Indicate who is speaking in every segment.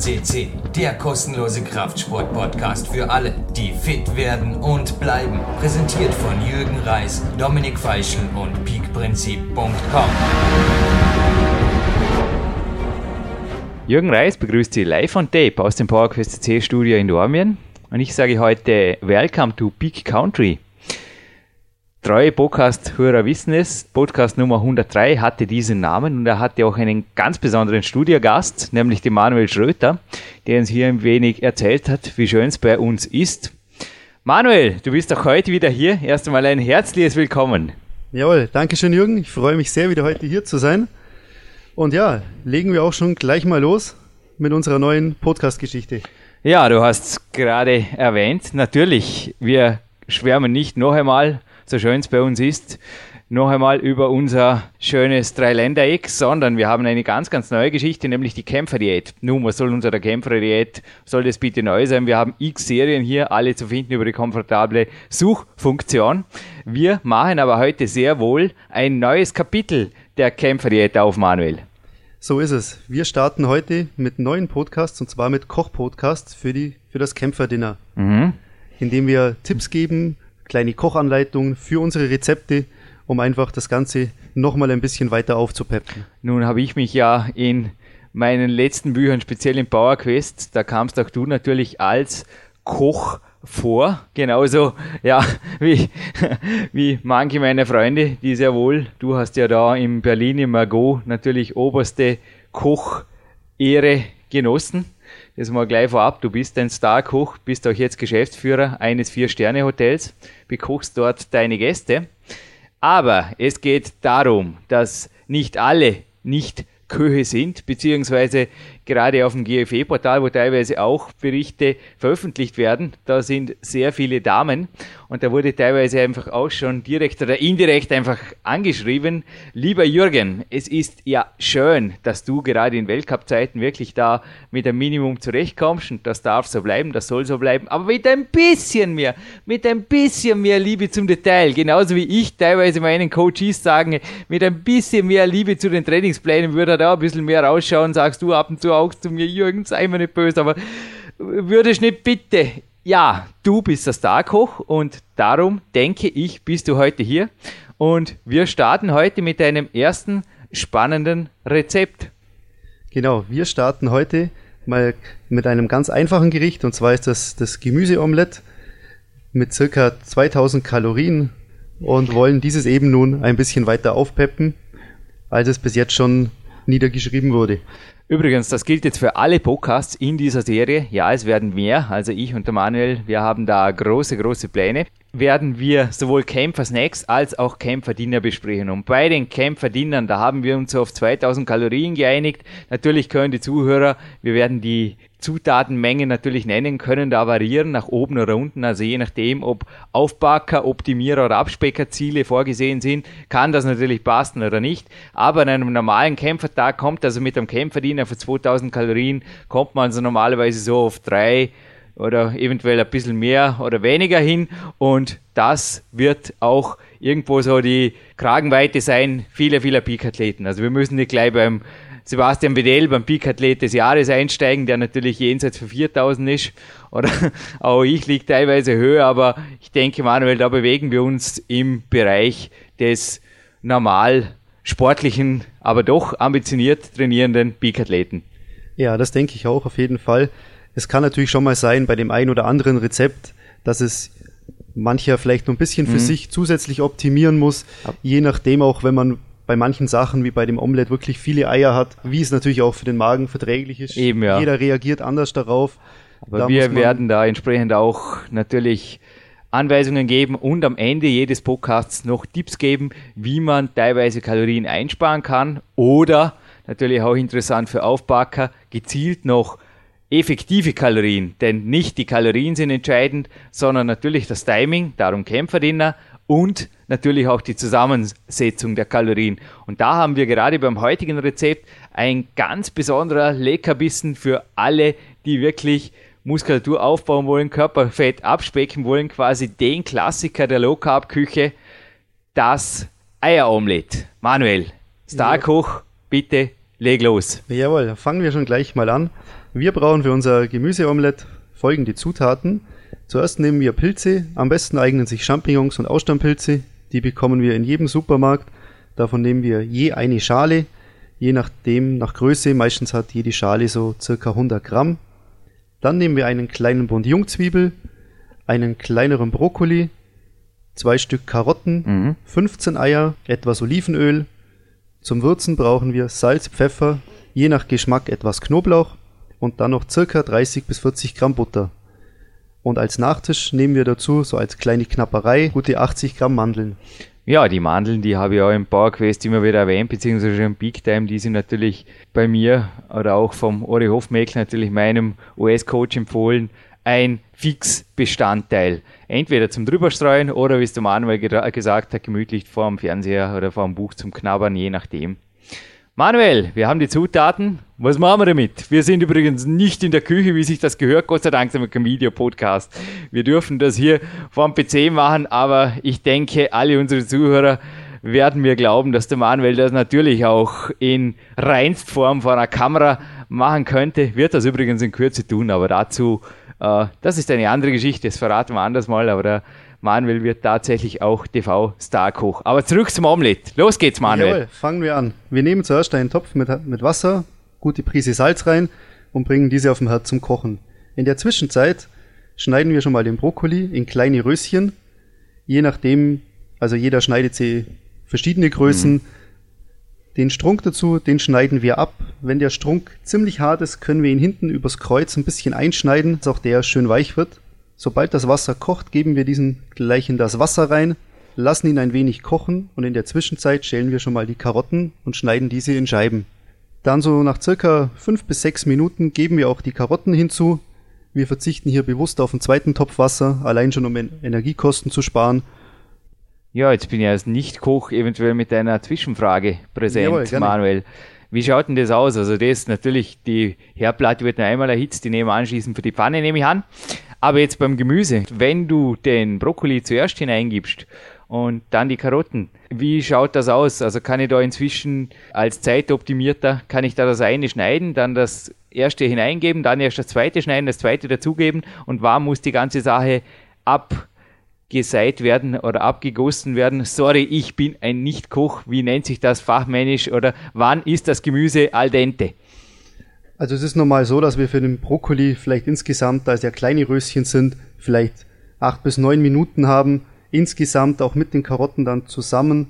Speaker 1: FCC, der kostenlose Kraftsport-Podcast für alle, die fit werden und bleiben. Präsentiert von Jürgen Reis, Dominik Feischl und peakprinzip.com.
Speaker 2: Jürgen Reis begrüßt Sie live on tape aus dem PowerQuest CC Studio in Dormien und ich sage heute Welcome to Peak Country. Treue Podcast-Hörer wissen es, Podcast Nummer 103 hatte diesen Namen und er hatte auch einen ganz besonderen Studiogast, nämlich den Manuel Schröter, der uns hier ein wenig erzählt hat, wie schön es bei uns ist. Manuel, du bist auch heute wieder hier. Erst einmal ein herzliches Willkommen.
Speaker 3: Jawohl, danke schön Jürgen. Ich freue mich sehr, wieder heute hier zu sein. Und ja, legen wir auch schon gleich mal los mit unserer neuen Podcast-Geschichte.
Speaker 2: Ja, du hast es gerade erwähnt. Natürlich, wir schwärmen nicht noch einmal, so schön es bei uns ist, noch einmal über unser schönes Dreiländereck, sondern wir haben eine ganz, ganz neue Geschichte, nämlich die Kämpferdiät. Nun, was soll unsere Kämpferdiät? Soll das bitte neu sein? Wir haben x Serien hier, alle zu finden über die komfortable Suchfunktion. Wir machen aber heute sehr wohl ein neues Kapitel der Kämpferdiät auf, Manuel.
Speaker 3: So ist es. Wir starten heute mit neuen Podcasts, und zwar mit Koch-Podcasts für das Kämpferdinner, indem wir Tipps geben, kleine Kochanleitungen für unsere Rezepte, um einfach das Ganze nochmal ein bisschen weiter aufzupeppen.
Speaker 2: Nun habe ich mich ja in meinen letzten Büchern, speziell in PowerQuest, da kamst auch du natürlich als Koch vor, genauso ja wie manche meiner Freunde, die sehr wohl, du hast ja da in Berlin im Margot natürlich oberste Koch-Ehre genossen. Das mal gleich vorab, du bist ein Star-Koch, bist auch jetzt Geschäftsführer eines 4-Sterne-Hotels, bekochst dort deine Gäste. Aber es geht darum, dass nicht alle Nicht-Köche sind, beziehungsweise gerade auf dem GFE-Portal, wo teilweise auch Berichte veröffentlicht werden, da sind sehr viele Damen und da wurde teilweise einfach auch schon direkt oder indirekt einfach angeschrieben, lieber Jürgen, es ist ja schön, dass du gerade in Weltcup-Zeiten wirklich da mit einem Minimum zurechtkommst und das darf so bleiben, das soll so bleiben, aber mit ein bisschen mehr Liebe zum Detail, genauso wie ich teilweise meinen Coaches sagen, mit ein bisschen mehr Liebe zu den Trainingsplänen würde da ein bisschen mehr rausschauen, sagst du ab und zu auch zu mir, Jürgen, sei mir nicht böse, aber würdest nicht bitte, ja, du bist der Starkoch und darum denke ich, bist du heute hier und wir starten heute mit einem ersten spannenden Rezept.
Speaker 3: Genau, wir starten heute mal mit einem ganz einfachen Gericht und zwar ist das Gemüseomelett mit circa 2000 Kalorien und wollen dieses eben nun ein bisschen weiter aufpeppen, als es bis jetzt schon niedergeschrieben wurde.
Speaker 2: Übrigens, das gilt jetzt für alle Podcasts in dieser Serie. Ja, es werden mehr. Also ich und der Manuel, wir haben da große Pläne. Werden wir sowohl Kämpfer-Snacks als auch Kämpfer-Dinner besprechen. Und bei den Kämpfer-Dinnern, da haben wir uns auf 2000 Kalorien geeinigt. Natürlich können die Zuhörer, wir werden die Zutatenmengen natürlich nennen, können da variieren nach oben oder unten. Also je nachdem, ob Aufbacker, Optimierer oder Abspeckerziele vorgesehen sind, kann das natürlich passen oder nicht. Aber an einem normalen Kämpfertag kommt, also mit einem Kämpferdiener für 2000 Kalorien, kommt man also normalerweise so auf 3 oder eventuell ein bisschen mehr oder weniger hin und das wird auch irgendwo so die Kragenweite sein vieler Peak-Athleten. Also wir müssen nicht gleich beim Sebastian Wedell, beim Peak-Athlet des Jahres einsteigen, der natürlich jenseits von 4000 ist oder auch ich liege teilweise höher, aber ich denke, Manuel, da bewegen wir uns im Bereich des normal sportlichen, aber doch ambitioniert trainierenden Peak-Athleten.
Speaker 3: Ja, das denke ich auch auf jeden Fall. Es kann natürlich schon mal sein, bei dem einen oder anderen Rezept, dass es mancher vielleicht noch ein bisschen für sich zusätzlich optimieren muss, je nachdem auch, wenn man bei manchen Sachen wie bei dem Omelett wirklich viele Eier hat, wie es natürlich auch für den Magen verträglich ist.
Speaker 2: Eben, ja.
Speaker 3: Jeder reagiert anders darauf.
Speaker 2: Aber wir werden da entsprechend auch natürlich Anweisungen geben und am Ende jedes Podcasts noch Tipps geben, wie man teilweise Kalorien einsparen kann oder natürlich auch interessant für Aufbacker, gezielt noch effektive Kalorien, denn nicht die Kalorien sind entscheidend, sondern natürlich das Timing, darum Kämpferdiener und natürlich auch die Zusammensetzung der Kalorien. Und da haben wir gerade beim heutigen Rezept ein ganz besonderer Leckerbissen für alle, die wirklich Muskulatur aufbauen wollen, Körperfett abspecken wollen, quasi den Klassiker der Low-Carb-Küche, das Eieromelett. Manuel, Starkoch, bitte leg los.
Speaker 3: Jawohl, fangen wir schon gleich mal an. Wir brauchen für unser Gemüseomelett folgende Zutaten. Zuerst nehmen wir Pilze, am besten eignen sich Champignons und Austernpilze. Die bekommen wir in jedem Supermarkt. Davon nehmen wir je eine Schale, je nachdem, nach Größe. Meistens hat jede Schale so circa 100 Gramm. Dann nehmen wir einen kleinen Bund Jungzwiebel, einen kleineren Brokkoli, 2 Stück Karotten, 15 Eier, etwas Olivenöl. Zum Würzen brauchen wir Salz, Pfeffer, je nach Geschmack etwas Knoblauch und dann noch circa 30 bis 40 Gramm Butter. Und als Nachtisch nehmen wir dazu, so als kleine Knapperei, gute 80 Gramm Mandeln.
Speaker 2: Ja, die Mandeln, die habe ich auch im PowerQuest immer wieder erwähnt, beziehungsweise im Big Time, die sind natürlich bei mir oder auch vom Ori Hofmeckler, natürlich meinem US-Coach empfohlen, ein Fixbestandteil. Entweder zum Drüberstreuen oder, wie es der Manuel gesagt hat, gemütlich vor dem Fernseher oder vor dem Buch zum Knabbern, je nachdem. Manuel, wir haben die Zutaten. Was machen wir damit? Wir sind übrigens nicht in der Küche, wie sich das gehört. Gott sei Dank sind wir kein Video-Podcast. Wir dürfen das hier vor dem PC machen, aber ich denke, alle unsere Zuhörer werden mir glauben, dass der Manuel das natürlich auch in Reinstform vor einer Kamera machen könnte. Wird das übrigens in Kürze tun, aber dazu, das ist eine andere Geschichte, das verraten wir anders mal, aber der Manuel wird tatsächlich auch TV-Star-Koch. Aber zurück zum Omelett. Los geht's, Manuel.
Speaker 3: Jawohl, fangen wir an. Wir nehmen zuerst einen Topf mit Wasser, gute Prise Salz rein und bringen diese auf dem Herd zum Kochen. In der Zwischenzeit schneiden wir schon mal den Brokkoli in kleine Röschen. Je nachdem, also jeder schneidet sie verschiedene Größen. Den Strunk dazu, den schneiden wir ab. Wenn der Strunk ziemlich hart ist, können wir ihn hinten übers Kreuz ein bisschen einschneiden, dass auch der schön weich wird. Sobald das Wasser kocht, geben wir diesen gleich in das Wasser rein, lassen ihn ein wenig kochen und in der Zwischenzeit schälen wir schon mal die Karotten und schneiden diese in Scheiben. Dann so nach circa 5 bis 6 Minuten geben wir auch die Karotten hinzu. Wir verzichten hier bewusst auf einen zweiten Topf Wasser, allein schon um Energiekosten zu sparen.
Speaker 2: Ja, jetzt bin ich als Nicht-Koch eventuell mit einer Zwischenfrage präsent, jawohl, Manuel. Wie schaut denn das aus? Also das natürlich, die Herdplatte wird noch einmal erhitzt, die nehmen wir anschließend für die Pfanne, nehme ich an. Aber jetzt beim Gemüse, wenn du den Brokkoli zuerst hineingibst und dann die Karotten, wie schaut das aus? Also kann ich da inzwischen als Zeitoptimierter, kann ich da das eine schneiden, dann das erste hineingeben, dann erst das zweite schneiden, das zweite dazugeben und wann muss die ganze Sache abgeseit werden oder abgegossen werden? Sorry, ich bin ein Nicht-Koch, wie nennt sich das fachmännisch oder wann ist das Gemüse al dente?
Speaker 3: Also es ist normal so, dass wir für den Brokkoli vielleicht insgesamt, da es ja kleine Röschen sind, vielleicht 8 bis 9 Minuten haben, insgesamt auch mit den Karotten dann zusammen.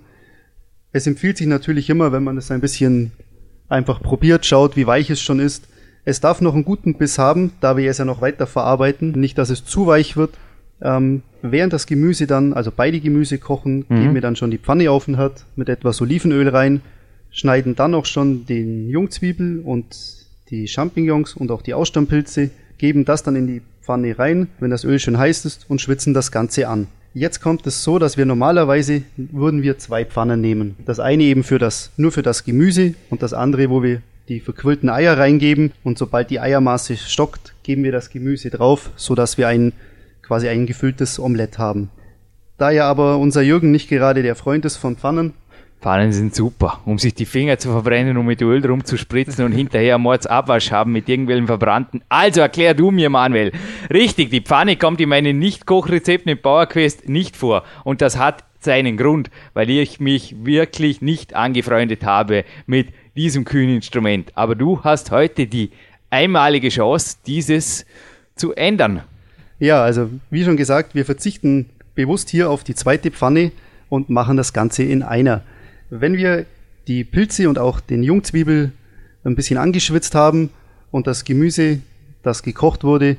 Speaker 3: Es empfiehlt sich natürlich immer, wenn man es ein bisschen einfach probiert, schaut, wie weich es schon ist. Es darf noch einen guten Biss haben, da wir es ja noch weiter verarbeiten, nicht, dass es zu weich wird. Während das Gemüse dann, also beide Gemüse kochen, geben wir dann schon die Pfanne auf den Herd mit etwas Olivenöl rein, schneiden dann auch schon den Jungzwiebel und die Champignons und auch die Austernpilze, geben das dann in die Pfanne rein, wenn das Öl schon heiß ist und schwitzen das Ganze an. Jetzt kommt es so, dass wir normalerweise würden wir 2 Pfannen nehmen. Das eine eben nur für das Gemüse und das andere, wo wir die verquillten Eier reingeben und sobald die Eiermasse stockt, geben wir das Gemüse drauf, sodass wir quasi ein gefülltes Omelett haben. Da ja aber unser Jürgen nicht gerade der Freund ist von Pfannen,
Speaker 2: Pfannen sind super, um sich die Finger zu verbrennen und mit Öl drum zu spritzen und hinterher Mordsabwasch haben mit irgendwelchen Verbrannten. Also erklär du mir, Manuel. Richtig, die Pfanne kommt in meinen Nicht-Kochrezepten im PowerQuest nicht vor. Und das hat seinen Grund, weil ich mich wirklich nicht angefreundet habe mit diesem kühnen Instrument. Aber du hast heute die einmalige Chance, dieses zu ändern.
Speaker 3: Ja, also wie schon gesagt, wir verzichten bewusst hier auf die zweite Pfanne und machen das Ganze in einer. Wenn wir die Pilze und auch den Jungzwiebel ein bisschen angeschwitzt haben und das Gemüse, das gekocht wurde,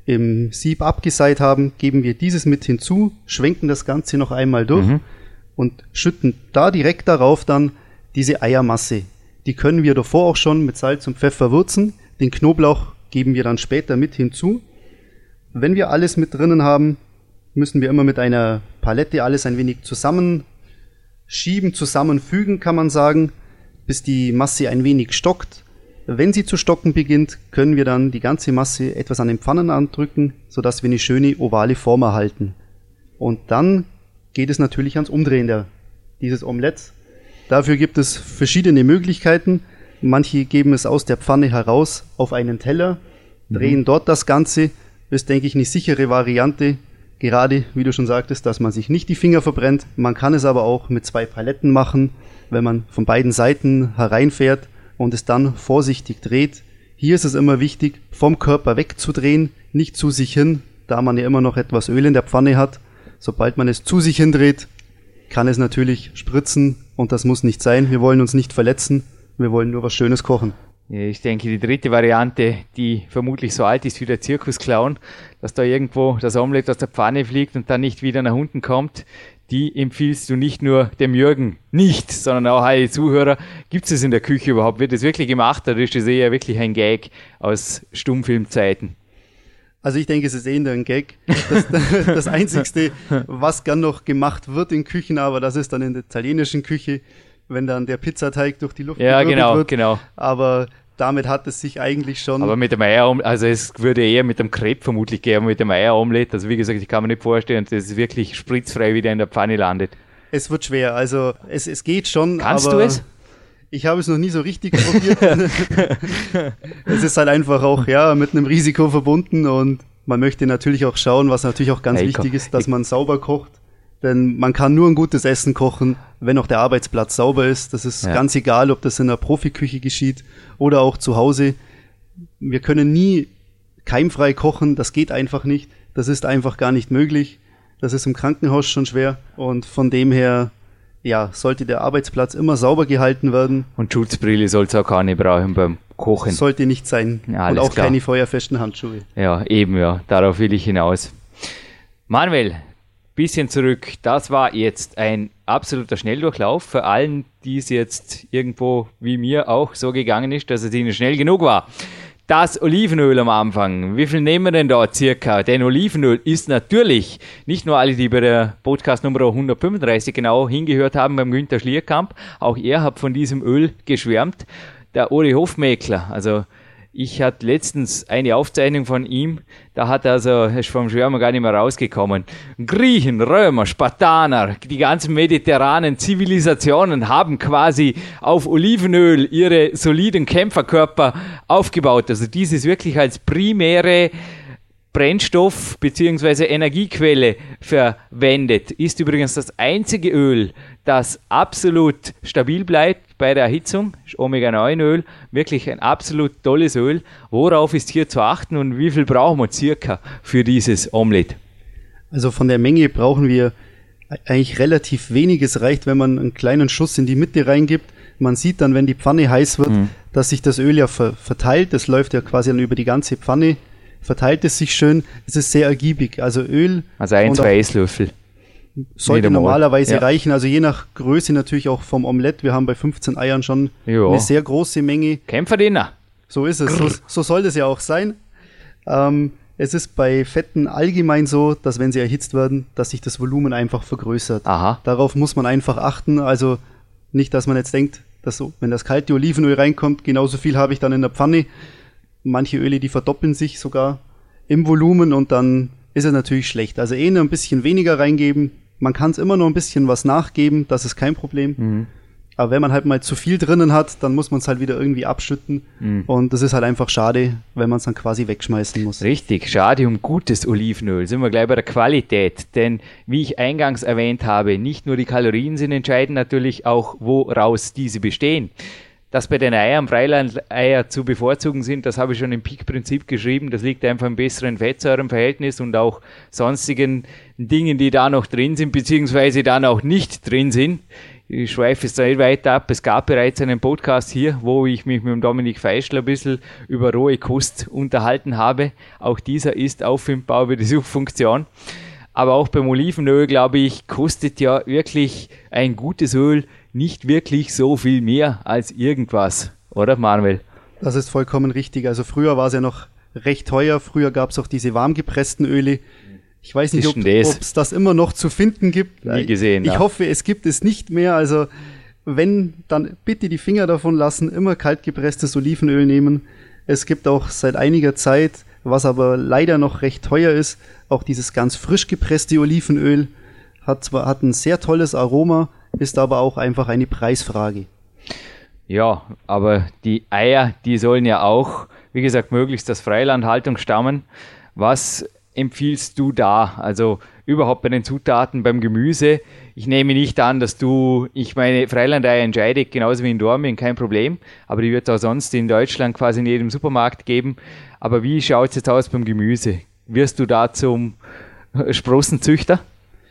Speaker 3: im Sieb abgeseit haben, geben wir dieses mit hinzu, schwenken das Ganze noch einmal durch und schütten da direkt darauf dann diese Eiermasse. Die können wir davor auch schon mit Salz und Pfeffer würzen. Den Knoblauch geben wir dann später mit hinzu. Wenn wir alles mit drinnen haben, müssen wir immer mit einer Palette alles ein wenig zusammenschieben, zusammenfügen, kann man sagen, bis die Masse ein wenig stockt. Wenn sie zu stocken beginnt, können wir dann die ganze Masse etwas an den Pfannen andrücken, sodass wir eine schöne ovale Form erhalten. Und dann geht es natürlich ans Umdrehen dieses Omelettes. Dafür gibt es verschiedene Möglichkeiten. Manche geben es aus der Pfanne heraus auf einen Teller. drehen dort das Ganze. Ist, denke ich, eine sichere Variante. Gerade, wie du schon sagtest, dass man sich nicht die Finger verbrennt. Man kann es aber auch mit 2 Paletten machen, wenn man von beiden Seiten hereinfährt und es dann vorsichtig dreht. Hier ist es immer wichtig, vom Körper wegzudrehen, nicht zu sich hin, da man ja immer noch etwas Öl in der Pfanne hat. Sobald man es zu sich hindreht, kann es natürlich spritzen und das muss nicht sein. Wir wollen uns nicht verletzen, wir wollen nur was Schönes kochen.
Speaker 2: Ja, ich denke, die dritte Variante, die vermutlich so alt ist wie der Zirkusclown, dass da irgendwo das Omelett aus der Pfanne fliegt und dann nicht wieder nach unten kommt, die empfiehlst du nicht nur dem Jürgen nicht, sondern auch alle Zuhörer. Gibt es in der Küche überhaupt? Wird es wirklich gemacht oder ist das eher wirklich ein Gag aus Stummfilmzeiten?
Speaker 3: Also ich denke, es ist eher ein Gag. Das Einzigste, was gern noch gemacht wird in Küchen, aber das ist dann in der italienischen Küche, wenn dann der Pizzateig durch die Luft gewirbelt wird. Genau. Aber damit hat es sich eigentlich schon...
Speaker 2: Aber mit dem Eieromelett, also es würde eher mit dem Crepe vermutlich gehen, mit dem Eieromelett. Also wie gesagt, ich kann mir nicht vorstellen, dass es wirklich spritzfrei wieder in der Pfanne landet.
Speaker 3: Es wird schwer, also es geht schon.
Speaker 2: Kannst
Speaker 3: aber
Speaker 2: du es?
Speaker 3: Ich habe es noch nie so richtig probiert. Es ist halt einfach auch mit einem Risiko verbunden und man möchte natürlich auch schauen, was natürlich auch ganz wichtig ist, dass man sauber kocht. Denn man kann nur ein gutes Essen kochen, wenn auch der Arbeitsplatz sauber ist. Das ist ganz egal, ob das in der Profiküche geschieht oder auch zu Hause. Wir können nie keimfrei kochen, das geht einfach nicht. Das ist einfach gar nicht möglich. Das ist im Krankenhaus schon schwer und von dem her sollte der Arbeitsplatz immer sauber gehalten werden.
Speaker 2: Und Schutzbrille soll es auch keine brauchen beim Kochen.
Speaker 3: Sollte nicht sein.
Speaker 2: Ja,
Speaker 3: und auch
Speaker 2: klar.
Speaker 3: keine feuerfesten Handschuhe.
Speaker 2: Ja, eben, darauf will ich hinaus. Manuel, bisschen zurück. Das war jetzt ein absoluter Schnelldurchlauf für allen, die es jetzt irgendwo wie mir auch so gegangen ist, dass es ihnen schnell genug war. Das Olivenöl am Anfang, wie viel nehmen wir denn da circa? Denn Olivenöl ist natürlich, nicht nur alle, die bei der Podcast Nummer 135 genau hingehört haben beim Günther Schlierkamp, auch er hat von diesem Öl geschwärmt. Der Uri Hofmeckler, also ich hatte letztens eine Aufzeichnung von ihm, da hat er ist vom Schwärmer gar nicht mehr rausgekommen. Griechen, Römer, Spartaner, die ganzen mediterranen Zivilisationen haben quasi auf Olivenöl ihre soliden Kämpferkörper aufgebaut. Also dieses wirklich als primäre Brennstoff bzw. Energiequelle verwendet. Ist übrigens das einzige Öl, das absolut stabil bleibt bei der Erhitzung. Omega-9-Öl, wirklich ein absolut tolles Öl. Worauf ist hier zu achten und wie viel brauchen wir circa für dieses Omelett?
Speaker 3: Also von der Menge brauchen wir eigentlich relativ wenig. Es reicht, wenn man einen kleinen Schuss in die Mitte reingibt. Man sieht dann, wenn die Pfanne heiß wird, dass sich das Öl ja verteilt. Das läuft ja quasi dann über die ganze Pfanne. Verteilt es sich schön. Es ist sehr ergiebig. Also Öl.
Speaker 2: Also 1-2 Esslöffel.
Speaker 3: Sollte normalerweise reichen. Also je nach Größe natürlich auch vom Omelett. Wir haben bei 15 Eiern schon eine sehr große Menge.
Speaker 2: Kämpferdiener.
Speaker 3: So ist es. So soll das ja auch sein. Es ist bei Fetten allgemein so, dass wenn sie erhitzt werden, dass sich das Volumen einfach vergrößert.
Speaker 2: Aha.
Speaker 3: Darauf muss man einfach achten. Also nicht, dass man jetzt denkt, dass so, wenn das kalte Olivenöl reinkommt, genauso viel habe ich dann in der Pfanne. Manche Öle, die verdoppeln sich sogar im Volumen und dann ist es natürlich schlecht. Also ein bisschen weniger reingeben. Man kann es immer noch ein bisschen was nachgeben, das ist kein Problem. Aber wenn man halt mal zu viel drinnen hat, dann muss man es halt wieder irgendwie abschütten. Und das ist halt einfach schade, wenn man es dann quasi wegschmeißen muss.
Speaker 2: Richtig, schade um gutes Olivenöl. Sind wir gleich bei der Qualität. Denn wie ich eingangs erwähnt habe, nicht nur die Kalorien sind entscheidend, natürlich auch, woraus diese bestehen. Dass bei den Eiern Freilandeier zu bevorzugen sind, das habe ich schon im Peak-Prinzip geschrieben. Das liegt einfach im besseren Fettsäurenverhältnis und auch sonstigen Dingen, die da noch drin sind, beziehungsweise dann auch nicht drin sind. Ich schweife es da nicht weiter ab. Es gab bereits einen Podcast hier, wo ich mich mit dem Dominik Feischl ein bisschen über rohe Kost unterhalten habe. Auch dieser ist auffindbar über die Suchfunktion. Aber auch beim Olivenöl, glaube ich, kostet ja wirklich ein gutes Öl nicht wirklich so viel mehr als irgendwas, oder Manuel?
Speaker 3: Das ist vollkommen richtig. Also früher war es ja noch recht teuer. Früher gab es auch diese warmgepressten Öle. Ich weiß nicht, ob es das immer noch zu finden gibt.
Speaker 2: Nie gesehen.
Speaker 3: Ich hoffe, es gibt es nicht mehr. Also wenn, dann bitte die Finger davon lassen. Immer kaltgepresstes Olivenöl nehmen. Es gibt auch seit einiger Zeit, was aber leider noch recht teuer ist, auch dieses ganz frisch gepresste Olivenöl. Hat ein sehr tolles Aroma, ist aber auch einfach eine Preisfrage.
Speaker 2: Ja, aber die Eier, die sollen ja auch, wie gesagt, möglichst aus Freilandhaltung stammen. Was empfiehlst du da? Also überhaupt bei den Zutaten, beim Gemüse. Ich nehme nicht an, dass ich meine Freilandeier in Scheidegg, genauso wie in Dornbirn, kein Problem. Aber die wird es auch sonst in Deutschland quasi in jedem Supermarkt geben. Aber wie schaut es jetzt aus beim Gemüse? Wirst du da zum Sprossenzüchter?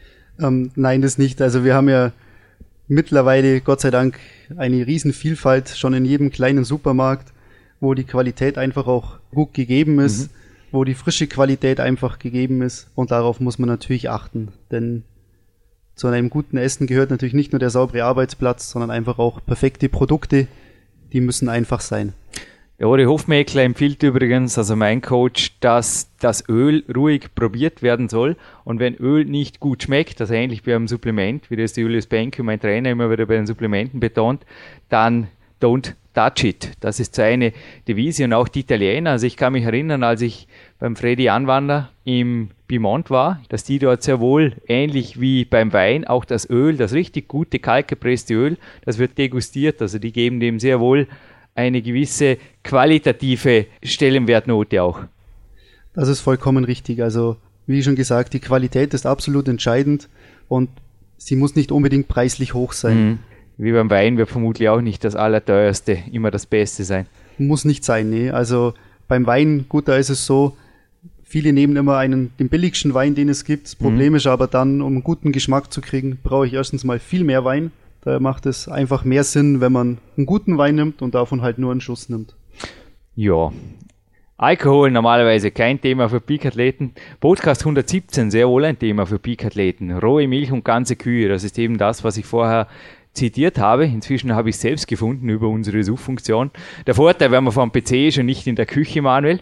Speaker 3: Nein, das nicht. Also wir haben ja mittlerweile, Gott sei Dank, eine Riesenvielfalt schon in jedem kleinen Supermarkt, wo die Qualität einfach auch gut gegeben ist, wo die frische Qualität einfach gegeben ist, und darauf muss man natürlich achten, denn zu einem guten Essen gehört natürlich nicht nur der saubere Arbeitsplatz, sondern einfach auch perfekte Produkte, die müssen einfach sein.
Speaker 2: Der Ori Hofmeckler empfiehlt übrigens, also mein Coach, dass das Öl ruhig probiert werden soll, und wenn Öl nicht gut schmeckt, also ähnlich wie beim Supplement, wie das die Julius Benke, mein Trainer, immer wieder bei den Supplementen betont, dann don't touch it. Das ist seine Devise, und auch die Italiener. Also ich kann mich erinnern, als ich beim Freddy Anwander im Piemont war, dass die dort sehr wohl, ähnlich wie beim Wein, auch das Öl, das richtig gute kaltgepresste Öl, das wird degustiert. Also die geben dem sehr wohl eine gewisse qualitative Stellenwertnote auch.
Speaker 3: Das ist vollkommen richtig. Also wie schon gesagt, die Qualität ist absolut entscheidend, und sie muss nicht unbedingt preislich hoch sein.
Speaker 2: Wie beim Wein wird vermutlich auch nicht das Allerteuerste immer das Beste sein.
Speaker 3: Muss nicht sein, nee. Also beim Wein, gut, da ist es so, viele nehmen immer den billigsten Wein, den es gibt. Das Problem ist aber dann, um einen guten Geschmack zu kriegen, brauche ich erstens mal viel mehr Wein. Da macht es einfach mehr Sinn, wenn man einen guten Wein nimmt und davon halt nur einen Schuss nimmt.
Speaker 2: Ja, Alkohol normalerweise kein Thema für Peak-Athleten. Podcast 117, sehr wohl ein Thema für Peak-Athleten. Rohe Milch und ganze Kühe, das ist eben das, was ich vorher zitiert habe. Inzwischen habe ich es selbst gefunden über unsere Suchfunktion. Der Vorteil, wenn man vom PC ist und nicht in der Küche, Manuel.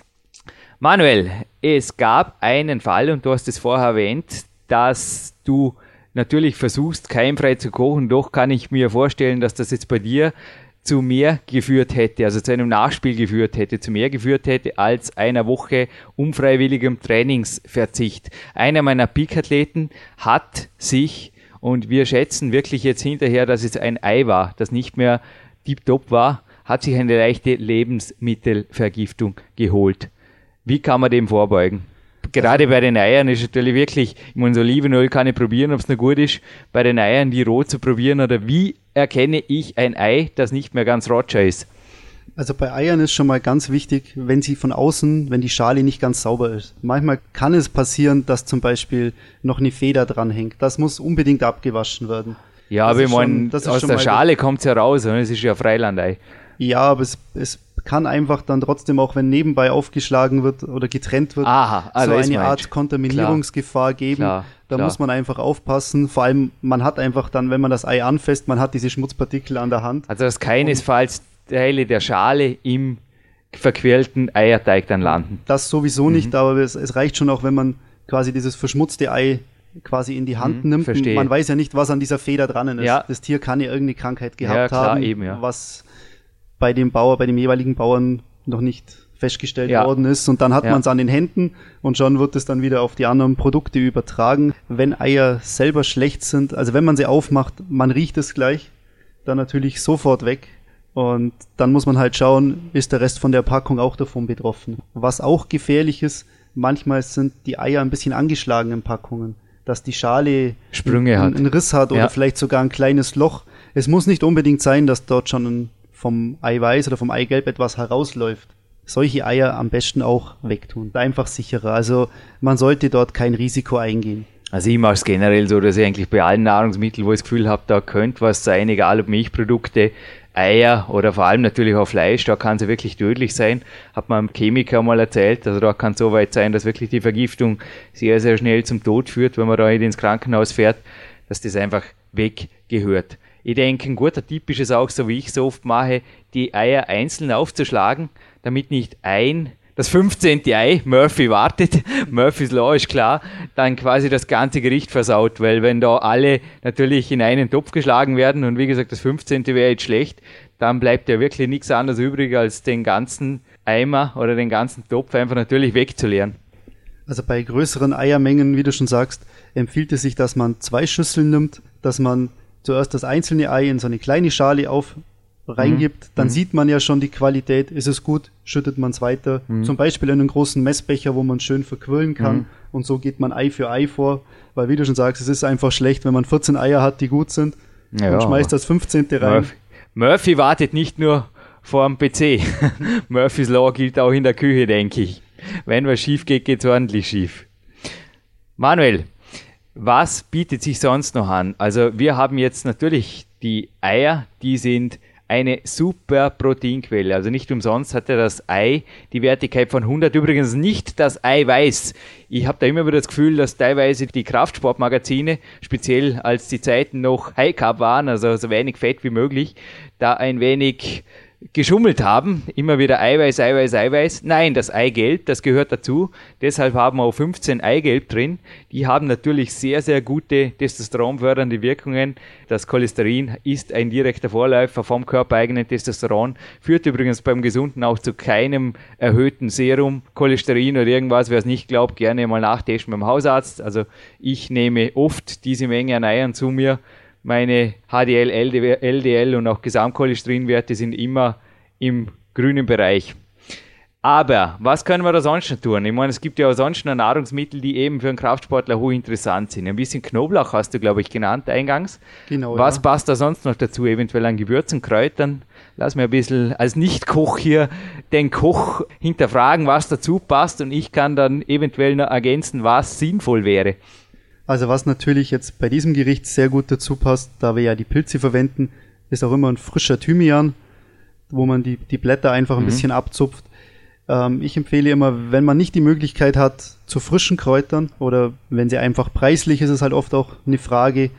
Speaker 2: Manuel, es gab einen Fall, und du hast es vorher erwähnt, dass du natürlich versuchst, keimfrei zu kochen, doch kann ich mir vorstellen, dass das jetzt bei dir zu mehr geführt hätte, also zu einem Nachspiel geführt hätte, zu mehr geführt hätte als einer Woche unfreiwilligem Trainingsverzicht. Einer meiner Peak-Athleten hat sich, und wir schätzen wirklich jetzt hinterher, dass es ein Ei war, das nicht mehr tiptop war, hat sich eine leichte Lebensmittelvergiftung geholt. Wie kann man dem vorbeugen? Gerade bei den Eiern ist natürlich wirklich, ich meine, so Olivenöl kann ich probieren, ob es noch gut ist, bei den Eiern die roh zu probieren, oder wie erkenne ich ein Ei, das nicht mehr ganz rotscher ist?
Speaker 3: Also bei Eiern ist schon mal ganz wichtig, wenn die Schale nicht ganz sauber ist. Manchmal kann es passieren, dass zum Beispiel noch eine Feder dran hängt. Das muss unbedingt abgewaschen werden.
Speaker 2: Ja, aber ich meine, aus der Schale kommt es ja raus, und es ist ja Freilandei.
Speaker 3: Ja, aber es kann einfach dann trotzdem, auch wenn nebenbei aufgeschlagen wird oder getrennt wird, so eine Art Kontaminierungsgefahr geben. Da muss man einfach aufpassen. Vor allem, man hat einfach dann, wenn man das Ei anfasst, man hat diese Schmutzpartikel an der Hand.
Speaker 2: Also dass keinesfalls Teile der Schale im verquirlten Eierteig dann landen.
Speaker 3: Das sowieso nicht, aber es reicht schon auch, wenn man quasi dieses verschmutzte Ei quasi in die Hand nimmt.
Speaker 2: Verstehe.
Speaker 3: Man weiß ja nicht, was an dieser Feder dran ist.
Speaker 2: Ja.
Speaker 3: Das Tier kann ja irgendeine Krankheit gehabt haben,
Speaker 2: eben,
Speaker 3: was bei dem jeweiligen Bauern noch nicht festgestellt worden ist. Und dann hat man es an den Händen, und schon wird es dann wieder auf die anderen Produkte übertragen. Wenn Eier selber schlecht sind, also wenn man sie aufmacht, man riecht es gleich, dann natürlich sofort weg. Und dann muss man halt schauen, ist der Rest von der Packung auch davon betroffen. Was auch gefährlich ist, manchmal sind die Eier ein bisschen angeschlagen in Packungen, dass die Schale
Speaker 2: Sprünge hat,
Speaker 3: einen Riss hat oder vielleicht sogar ein kleines Loch. Es muss nicht unbedingt sein, dass dort schon vom Eiweiß oder vom Eigelb etwas herausläuft. Solche Eier am besten auch wegtun. Einfach sicherer. Also man sollte dort kein Risiko eingehen.
Speaker 2: Also ich mache es generell so, dass ich eigentlich bei allen Nahrungsmitteln, wo ich das Gefühl habe, da könnte was sein, egal ob Milchprodukte, Eier oder vor allem natürlich auch Fleisch, da kann es ja wirklich tödlich sein. Hat man einem Chemiker mal erzählt, also da kann es so weit sein, dass wirklich die Vergiftung sehr, sehr schnell zum Tod führt, wenn man da ins Krankenhaus fährt, dass das einfach weggehört. Ich denke, ein guter Tipp ist es auch, so wie ich so oft mache, die Eier einzeln aufzuschlagen, damit nicht das 15. Ei, Murphy wartet, Murphy's Law ist klar, dann quasi das ganze Gericht versaut, weil wenn da alle natürlich in einen Topf geschlagen werden, und wie gesagt, das 15. wäre jetzt schlecht, dann bleibt ja wirklich nichts anderes übrig, als den ganzen Eimer oder den ganzen Topf einfach natürlich wegzuleeren.
Speaker 3: Also bei größeren Eiermengen, wie du schon sagst, empfiehlt es sich, dass man 2 Schüsseln nimmt, dass man zuerst das einzelne Ei in so eine kleine Schale reingibt, dann sieht man ja schon die Qualität. Ist es gut, schüttet man es weiter. Zum Beispiel in einen großen Messbecher, wo man schön verquirlen kann. Und so geht man Ei für Ei vor. Weil wie du schon sagst, es ist einfach schlecht, wenn man 14 Eier hat, die gut sind und schmeißt das 15. rein.
Speaker 2: Murphy wartet nicht nur vor dem PC. Murphys Law gilt auch in der Küche, denke ich. Wenn was schief geht, geht es ordentlich schief. Manuel, was bietet sich sonst noch an? Also wir haben jetzt natürlich die Eier, die sind eine super Proteinquelle. Also nicht umsonst hat ja das Ei die Wertigkeit von 100. Übrigens nicht das Eiweiß. Ich habe da immer wieder das Gefühl, dass teilweise die Kraftsportmagazine, speziell als die Zeiten noch High Carb waren, also so wenig Fett wie möglich, da ein wenig geschummelt haben, immer wieder Eiweiß. Nein, das Eigelb, das gehört dazu. Deshalb haben wir auch 15 Eigelb drin. Die haben natürlich sehr, sehr gute testosteronfördernde Wirkungen. Das Cholesterin ist ein direkter Vorläufer vom körpereigenen Testosteron. Führt übrigens beim Gesunden auch zu keinem erhöhten Serum, Cholesterin oder irgendwas. Wer es nicht glaubt, gerne mal nachtesten beim Hausarzt. Also ich nehme oft diese Menge an Eiern zu mir. Meine HDL, LDL und auch Gesamtcholesterinwerte sind immer im grünen Bereich. Aber was können wir da sonst noch tun? Ich meine, es gibt ja auch sonst noch Nahrungsmittel, die eben für einen Kraftsportler hochinteressant sind. Ein bisschen Knoblauch hast du, glaube ich, genannt eingangs.
Speaker 3: Genau.
Speaker 2: Was passt da sonst noch dazu? Eventuell an Gewürzen, Kräutern? Lass mir ein bisschen als Nicht-Koch hier den Koch hinterfragen, was dazu passt, und ich kann dann eventuell noch ergänzen, was sinnvoll wäre.
Speaker 3: Also was natürlich jetzt bei diesem Gericht sehr gut dazu passt, da wir ja die Pilze verwenden, ist auch immer ein frischer Thymian, wo man die Blätter einfach ein bisschen abzupft. Ich empfehle immer, wenn man nicht die Möglichkeit hat zu frischen Kräutern oder wenn sie einfach preislich ist, ist halt oft auch eine Frage,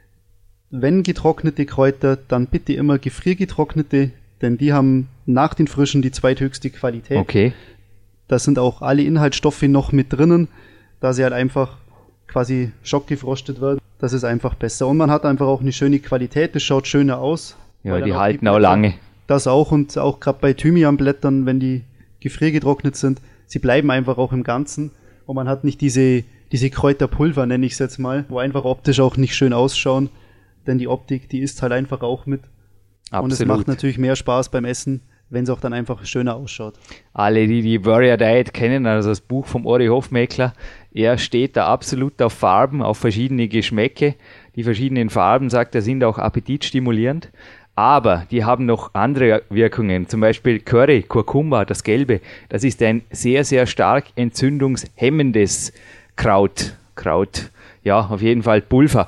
Speaker 3: wenn getrocknete Kräuter, dann bitte immer gefriergetrocknete, denn die haben nach den frischen die zweithöchste Qualität.
Speaker 2: Okay.
Speaker 3: Da sind auch alle Inhaltsstoffe noch mit drinnen, da sie halt einfach quasi schockgefrostet wird. Das ist einfach besser. Und man hat einfach auch eine schöne Qualität, das schaut schöner aus.
Speaker 2: Ja, die halten auch lange.
Speaker 3: Das auch, und auch gerade bei Thymianblättern, wenn die gefriergetrocknet sind, sie bleiben einfach auch im Ganzen. Und man hat nicht diese Kräuterpulver, nenne ich es jetzt mal, wo einfach optisch auch nicht schön ausschauen. Denn die Optik, die ist halt einfach auch mit. Absolut. Und es macht natürlich mehr Spaß beim Essen, wenn es auch dann einfach schöner ausschaut.
Speaker 2: Alle, die die Warrior Diet kennen, also das Buch vom Ori Hofmeckler, er steht da absolut auf Farben, auf verschiedene Geschmäcke. Die verschiedenen Farben, sagt er, sind auch appetitstimulierend. Aber die haben noch andere Wirkungen, zum Beispiel Curry, Kurkuma, das Gelbe. Das ist ein sehr, sehr stark entzündungshemmendes Kraut, ja, auf jeden Fall Pulver.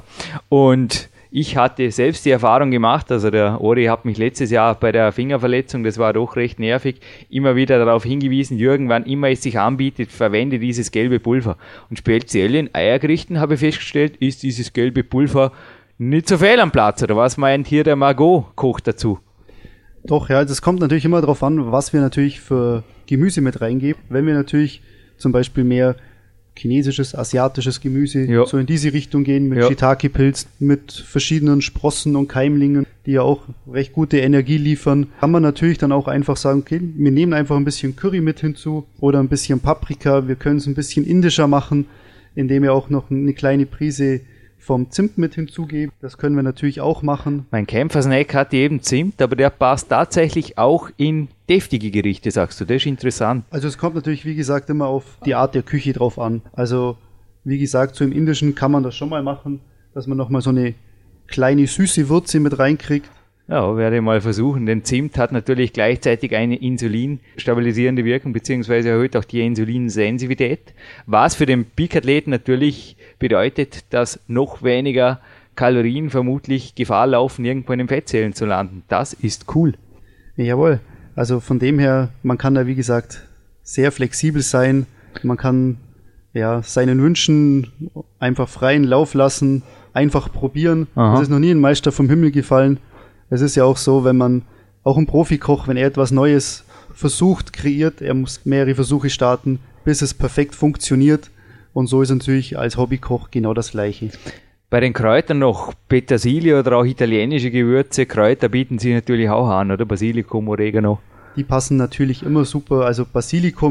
Speaker 2: Und ich hatte selbst die Erfahrung gemacht, also der Ori hat mich letztes Jahr bei der Fingerverletzung, das war doch recht nervig, immer wieder darauf hingewiesen, Jürgen, wann immer es sich anbietet, verwende dieses gelbe Pulver. Und speziell in Eiergerichten habe ich festgestellt, ist dieses gelbe Pulver nicht so fehl am Platz. Oder was meint hier der Margot-Koch dazu?
Speaker 3: Doch, ja, das kommt natürlich immer darauf an, was wir natürlich für Gemüse mit reingeben. Wenn wir natürlich zum Beispiel mehr chinesisches, asiatisches Gemüse so in diese Richtung gehen, mit Shiitake-Pilz, mit verschiedenen Sprossen und Keimlingen, die ja auch recht gute Energie liefern, kann man natürlich dann auch einfach sagen, okay, wir nehmen einfach ein bisschen Curry mit hinzu oder ein bisschen Paprika, wir können es ein bisschen indischer machen, indem wir auch noch eine kleine Prise vom Zimt mit hinzugeben. Das können wir natürlich auch machen.
Speaker 2: Mein Kämpfersnack hat eben Zimt, aber der passt tatsächlich auch in deftige Gerichte, sagst du. Das ist interessant.
Speaker 3: Also es kommt natürlich, wie gesagt, immer auf die Art der Küche drauf an. Also wie gesagt, so im Indischen kann man das schon mal machen, dass man nochmal so eine kleine süße Würze mit reinkriegt.
Speaker 2: Ja, werde ich mal versuchen, denn Zimt hat natürlich gleichzeitig eine insulinstabilisierende Wirkung, beziehungsweise erhöht auch die Insulinsensitivität, was für den Peak-Athleten natürlich bedeutet, dass noch weniger Kalorien vermutlich Gefahr laufen, irgendwo in den Fettzellen zu landen. Das ist cool.
Speaker 3: Jawohl, also von dem her, man kann da wie gesagt sehr flexibel sein, man kann ja seinen Wünschen einfach freien Lauf lassen, einfach probieren. Es ist noch nie ein Meister vom Himmel gefallen. Es ist ja auch so, wenn man, auch ein Profikoch, wenn er etwas Neues versucht, kreiert, er muss mehrere Versuche starten, bis es perfekt funktioniert. Und so ist natürlich als Hobbykoch genau das Gleiche.
Speaker 2: Bei den Kräutern noch Petersilie oder auch italienische Gewürze. Kräuter bieten sie natürlich auch an, oder? Basilikum, Oregano.
Speaker 3: Die passen natürlich immer super. Also Basilikum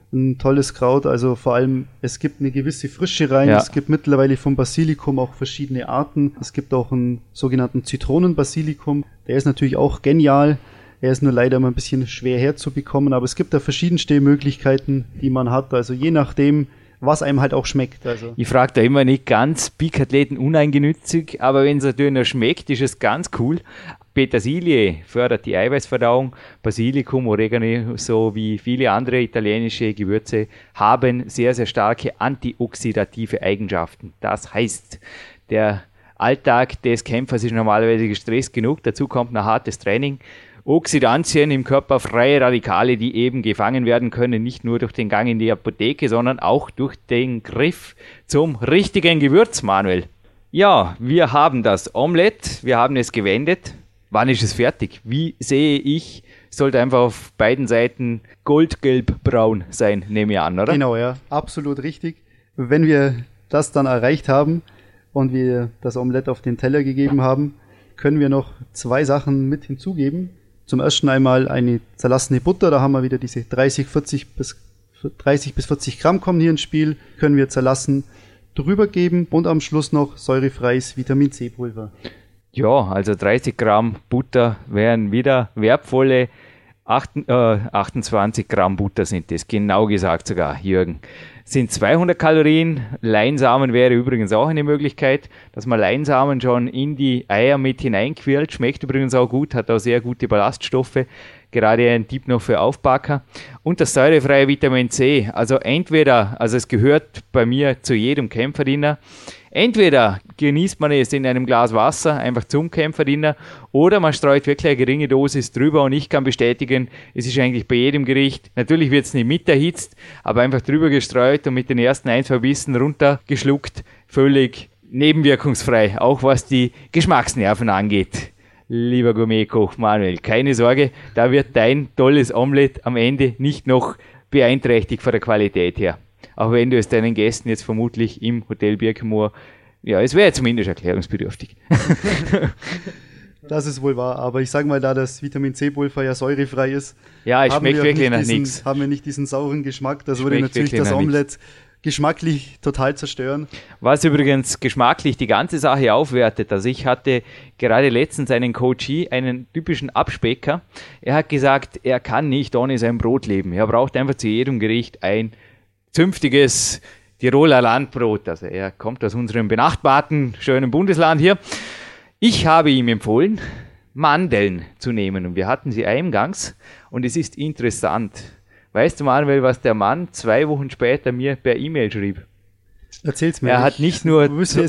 Speaker 3: ein tolles Kraut, also vor allem, es gibt eine gewisse Frische rein, es gibt mittlerweile vom Basilikum auch verschiedene Arten, es gibt auch einen sogenannten Zitronenbasilikum, der ist natürlich auch genial, er ist nur leider mal ein bisschen schwer herzubekommen, aber es gibt da verschiedenste Möglichkeiten, die man hat, also je nachdem, was einem halt auch schmeckt. Also.
Speaker 2: Ich frage da immer nicht ganz Peak-Athleten uneingenützig, aber wenn es natürlich noch schmeckt, ist es ganz cool. Petersilie fördert die Eiweißverdauung, Basilikum, Oregano sowie viele andere italienische Gewürze haben sehr, sehr starke antioxidative Eigenschaften. Das heißt, der Alltag des Kämpfers ist normalerweise gestresst genug, dazu kommt ein hartes Training. Oxidantien im Körper, freie Radikale, die eben gefangen werden können, nicht nur durch den Gang in die Apotheke, sondern auch durch den Griff zum richtigen Gewürz, Manuel. Ja, wir haben das Omelett, wir haben es gewendet. Wann ist es fertig? Wie sehe ich? Sollte einfach auf beiden Seiten goldgelb-braun sein, nehme ich an, oder?
Speaker 3: Genau, ja, absolut richtig. Wenn wir das dann erreicht haben und wir das Omelett auf den Teller gegeben haben, können wir noch 2 Sachen mit hinzugeben. Zum ersten einmal eine zerlassene Butter, da haben wir wieder diese 30 bis 40 Gramm kommen hier ins Spiel, können wir zerlassen drüber geben und am Schluss noch säurefreies Vitamin C Pulver.
Speaker 2: Ja, also 30 Gramm Butter wären wieder wertvolle 28 Gramm Butter sind das, genau gesagt sogar, Jürgen. Sind 200 Kalorien, Leinsamen wäre übrigens auch eine Möglichkeit, dass man Leinsamen schon in die Eier mit hineinquirlt, schmeckt übrigens auch gut, hat auch sehr gute Ballaststoffe, gerade ein Tipp noch für Aufbacker. Und das säurefreie Vitamin C, also es gehört bei mir zu jedem Kämpferdiener, entweder genießt man es in einem Glas Wasser, einfach zum Kämpferdiener, oder man streut wirklich eine geringe Dosis drüber und ich kann bestätigen, es ist eigentlich bei jedem Gericht, natürlich wird es nicht mit erhitzt, aber einfach drüber gestreut und mit den ersten 1-2 Bissen runtergeschluckt, völlig nebenwirkungsfrei, auch was die Geschmacksnerven angeht. Lieber Gourmetkoch Manuel, keine Sorge, da wird dein tolles Omelett am Ende nicht noch beeinträchtigt von der Qualität her. Auch wenn du es deinen Gästen jetzt vermutlich im Hotel Birkenmoor, ja, es wäre zumindest erklärungsbedürftig.
Speaker 3: Das ist wohl wahr, aber ich sage mal, da das Vitamin C-Pulver ja säurefrei ist,
Speaker 2: ja, es schmeckt wirklich nach nichts.
Speaker 3: Haben wir nicht diesen sauren Geschmack, das würde natürlich das Omelett geschmacklich total zerstören.
Speaker 2: Was übrigens geschmacklich die ganze Sache aufwertet, also ich hatte gerade letztens einen Coachie, einen typischen Abspecker, er hat gesagt, er kann nicht ohne sein Brot leben, er braucht einfach zu jedem Gericht ein zünftiges Tiroler Landbrot, also er kommt aus unserem benachbarten, schönen Bundesland hier. Ich habe ihm empfohlen, Mandeln zu nehmen und wir hatten sie eingangs und es ist interessant. Weißt du, Manuel, was der Mann 2 Wochen später mir per E-Mail schrieb?
Speaker 3: Erzähl's mir.
Speaker 2: Er hat nicht nur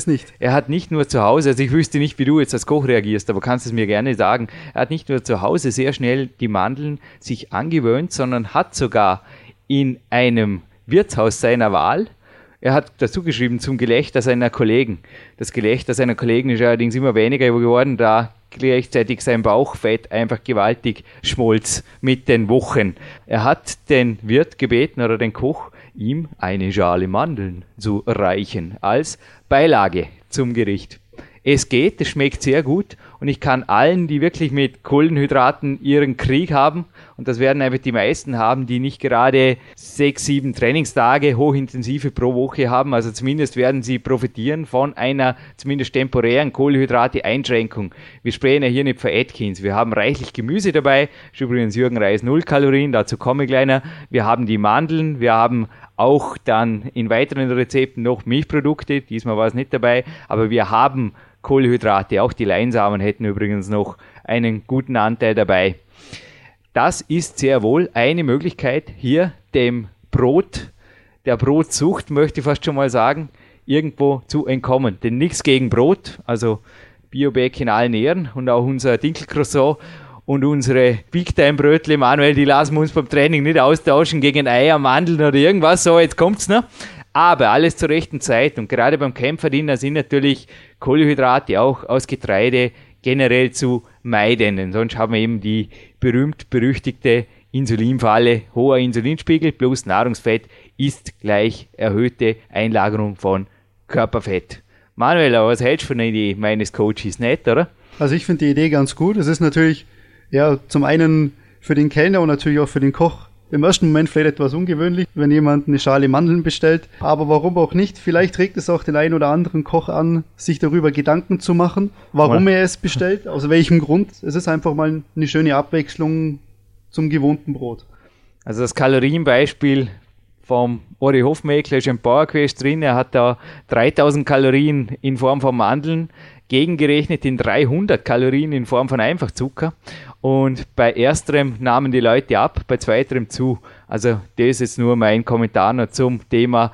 Speaker 2: zu Hause, also ich wüsste nicht, wie du jetzt als Koch reagierst, aber kannst es mir gerne sagen. Er hat nicht nur zu Hause sehr schnell die Mandeln sich angewöhnt, sondern hat sogar in einem Wirtshaus seiner Wahl, er hat dazu geschrieben, zum Gelächter seiner Kollegen. Das Gelächter seiner Kollegen ist allerdings immer weniger geworden, da gleichzeitig sein Bauchfett einfach gewaltig schmolz mit den Wochen. Er hat den Wirt gebeten oder den Koch, ihm eine Schale Mandeln zu reichen als Beilage zum Gericht. Es geht, es schmeckt sehr gut und ich kann allen, die wirklich mit Kohlenhydraten ihren Krieg haben, und das werden einfach die meisten haben, die nicht gerade 6, 7 Trainingstage hochintensive pro Woche haben, also zumindest werden sie profitieren von einer zumindest temporären Kohlenhydrate-Einschränkung. Wir sprechen ja hier nicht von Atkins, wir haben reichlich Gemüse dabei, ist übrigens Jürgen Reis 0 Kalorien, dazu komme ich gleich noch. Wir haben die Mandeln, wir haben auch dann in weiteren Rezepten noch Milchprodukte, diesmal war es nicht dabei, aber wir haben Kohlenhydrate, auch die Leinsamen hätten übrigens noch einen guten Anteil dabei. Das ist sehr wohl eine Möglichkeit, hier dem Brot, der Brotsucht, möchte ich fast schon mal sagen, irgendwo zu entkommen. Denn nichts gegen Brot, also Bio-Bäck in allen Ehren und auch unser Dinkelcroissant und unsere Big-Time-Brötle, Manuel, die lassen wir uns beim Training nicht austauschen gegen Eier, Mandeln oder irgendwas. So, jetzt kommt's noch. Aber alles zur rechten Zeit und gerade beim Kämpferdiener sind natürlich Kohlenhydrate auch aus Getreide generell zu meiden. Denn sonst haben wir eben die berühmt-berüchtigte Insulinfalle. Hoher Insulinspiegel plus Nahrungsfett ist gleich erhöhte Einlagerung von Körperfett. Manuel, was hältst du von der Idee meines Coaches? Nett, oder?
Speaker 3: Also ich finde die Idee ganz gut. Es ist natürlich ja zum einen für den Kellner und natürlich auch für den Koch im ersten Moment vielleicht etwas ungewöhnlich, wenn jemand eine Schale Mandeln bestellt. Aber warum auch nicht? Vielleicht regt es auch den einen oder anderen Koch an, sich darüber Gedanken zu machen, warum er es bestellt, aus welchem Grund. Es ist einfach mal eine schöne Abwechslung zum gewohnten Brot.
Speaker 2: Also das Kalorienbeispiel vom Ori Hofmeckler ist im Bauerquest drin. Er hat da 3000 Kalorien in Form von Mandeln gegengerechnet in 300 Kalorien in Form von Einfachzucker. Und bei ersterem nahmen die Leute ab, bei zweiterem zu. Also das ist jetzt nur mein Kommentar noch zum Thema,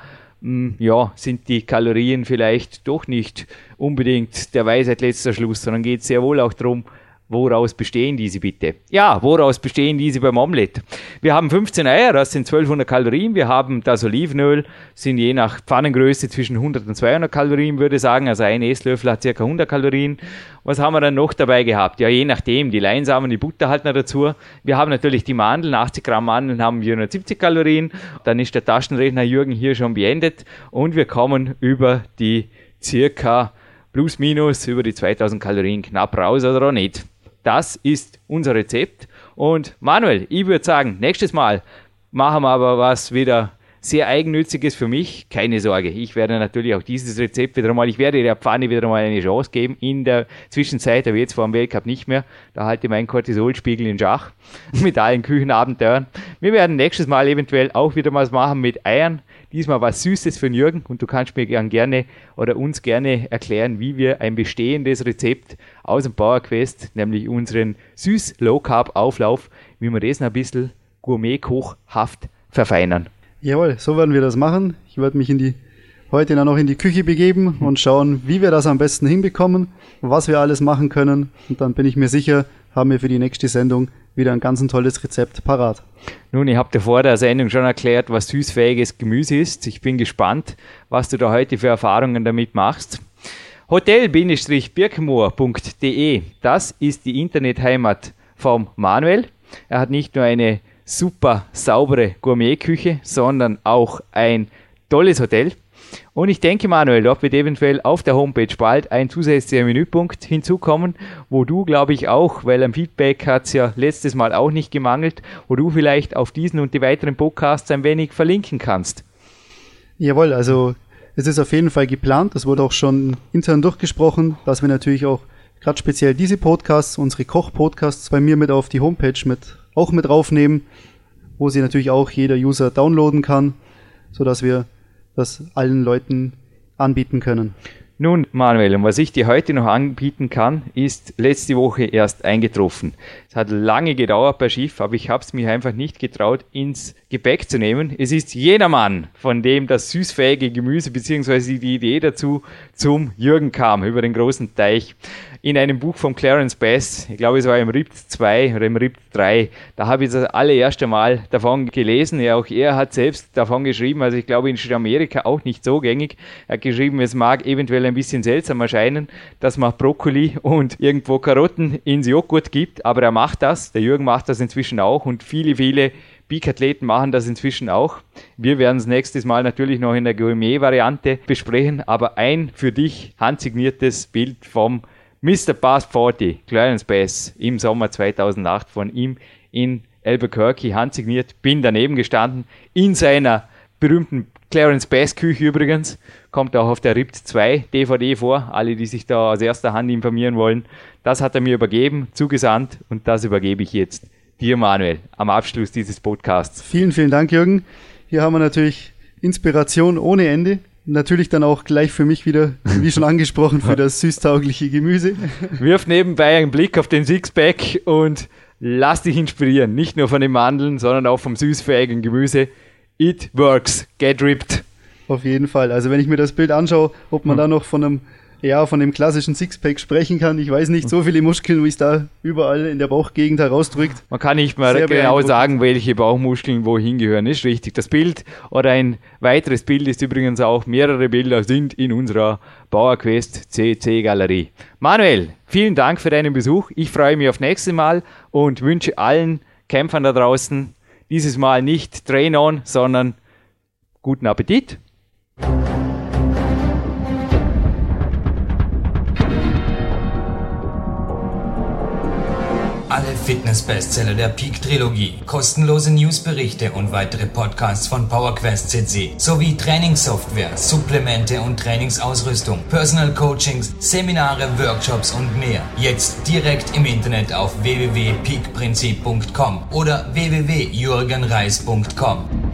Speaker 2: sind die Kalorien vielleicht doch nicht unbedingt der Weisheit letzter Schluss, sondern geht es sehr wohl auch darum, woraus bestehen diese bitte? Ja, woraus bestehen diese beim Omelett? Wir haben 15 Eier, das sind 1200 Kalorien. Wir haben das Olivenöl, sind je nach Pfannengröße zwischen 100 und 200 Kalorien, würde ich sagen. Also ein Esslöffel hat ca. 100 Kalorien. Was haben wir dann noch dabei gehabt? Ja, je nachdem, die Leinsamen, die Butter halt noch dazu. Wir haben natürlich die Mandeln, 80 Gramm Mandeln haben 470 Kalorien. Dann ist der Taschenrechner Jürgen hier schon beendet und wir kommen über die circa plus minus über die 2000 Kalorien knapp raus oder auch nicht. Das ist unser Rezept. Und Manuel, ich würde sagen, nächstes Mal machen wir aber was wieder sehr Eigennütziges für mich. Keine Sorge, ich werde natürlich auch dieses Rezept wieder mal, ich werde der Pfanne wieder mal eine Chance geben. In der Zwischenzeit, aber jetzt vor dem Weltcup nicht mehr. Da halte ich meinen Cortisolspiegel in Schach mit allen Küchenabenteuern. Wir werden nächstes Mal eventuell auch wieder was machen mit Eiern. Diesmal was Süßes für den Jürgen und du kannst mir gerne oder uns gerne erklären, wie wir ein bestehendes Rezept aus dem PowerQuest, nämlich unseren Süß-Low-Carb-Auflauf, wie wir das noch ein bisschen gourmet-kochhaft verfeinern.
Speaker 3: Jawohl, so werden wir das machen. Ich werde mich heute dann noch in die Küche begeben und schauen, wie wir das am besten hinbekommen, was wir alles machen können. Und dann bin ich mir sicher, haben wir für die nächste Sendung wieder ein ganz tolles Rezept parat.
Speaker 2: Nun, ich habe dir vor der Sendung schon erklärt, was süßfähiges Gemüse ist. Ich bin gespannt, was du da heute für Erfahrungen damit machst. Hotel-birkenmoor.de, das ist die Internetheimat vom Manuel. Er hat nicht nur eine super saubere Gourmetküche, sondern auch ein tolles Hotel. Und ich denke, Manuel, dort wird eventuell auf der Homepage bald ein zusätzlicher Menüpunkt hinzukommen, wo du, glaube ich, auch, weil am Feedback hat es ja letztes Mal auch nicht gemangelt, wo du vielleicht auf diesen und die weiteren Podcasts ein wenig verlinken kannst.
Speaker 3: Jawohl, also es ist auf jeden Fall geplant, das wurde auch schon intern durchgesprochen, dass wir natürlich auch gerade speziell diese Podcasts, unsere Koch-Podcasts bei mir mit auf die Homepage mit draufnehmen, wo sie natürlich auch jeder User downloaden kann, sodass wir das allen Leuten anbieten können.
Speaker 2: Nun, Manuel, und was ich dir heute noch anbieten kann, ist letzte Woche erst eingetroffen. Es hat lange gedauert bei Schiff, aber ich habe es mir einfach nicht getraut, ins Gepäck zu nehmen. Es ist jener Mann, von dem das süßfähige Gemüse bzw. die Idee dazu zum Jürgen kam, über den großen Teich. In einem Buch von Clarence Bass, ich glaube es war im RIP 2 oder im RIP 3, da habe ich das allererste Mal davon gelesen. Ja, auch er hat selbst davon geschrieben, also ich glaube in Südamerika auch nicht so gängig. Er hat geschrieben, es mag eventuell ein bisschen seltsam erscheinen, dass man Brokkoli und irgendwo Karotten ins Joghurt gibt, aber er macht das, der Jürgen macht das inzwischen auch und viele Peak-Athleten machen das inzwischen auch. Wir werden es nächstes Mal natürlich noch in der Gourmet-Variante besprechen, aber ein für dich handsigniertes Bild vom Mr. Bass 40, Clarence Bass, im Sommer 2008 von ihm in Albuquerque, handsigniert, bin daneben gestanden, in seiner berühmten Clarence Bass Küche übrigens, kommt auch auf der RIP 2 DVD vor, alle, die sich da aus erster Hand informieren wollen, das hat er mir übergeben, zugesandt und das übergebe ich jetzt dir, Manuel, am Abschluss dieses Podcasts.
Speaker 3: Vielen, vielen Dank, Jürgen. Hier haben wir natürlich Inspiration ohne Ende. Natürlich dann auch gleich für mich wieder, wie schon angesprochen, für das süßtaugliche Gemüse.
Speaker 2: Wirf nebenbei einen Blick auf den Sixpack und lass dich inspirieren. Nicht nur von den Mandeln, sondern auch vom süßfähigen Gemüse. It works. Get ripped.
Speaker 3: Auf jeden Fall. Also wenn ich mir das Bild anschaue, ob man da noch von dem klassischen Sixpack sprechen kann. Ich weiß nicht, so viele Muskeln, wie es da überall in der Bauchgegend herausdrückt.
Speaker 2: Man kann nicht mehr genau sagen, welche Bauchmuskeln wohin gehören. Ist richtig. Das Bild oder ein weiteres Bild ist übrigens auch, mehrere Bilder sind in unserer PowerQuest CC Galerie. Manuel, vielen Dank für deinen Besuch. Ich freue mich auf nächstes Mal und wünsche allen Kämpfern da draußen dieses Mal nicht Train on, sondern guten Appetit.
Speaker 1: alle Fitness-Bestseller der Peak-Trilogie, kostenlose Newsberichte und weitere Podcasts von PowerQuest CC sowie Trainingssoftware, Supplemente und Trainingsausrüstung, Personal Coachings, Seminare, Workshops und mehr. Jetzt direkt im Internet auf www.peakprinzip.com oder www.jürgenreis.com.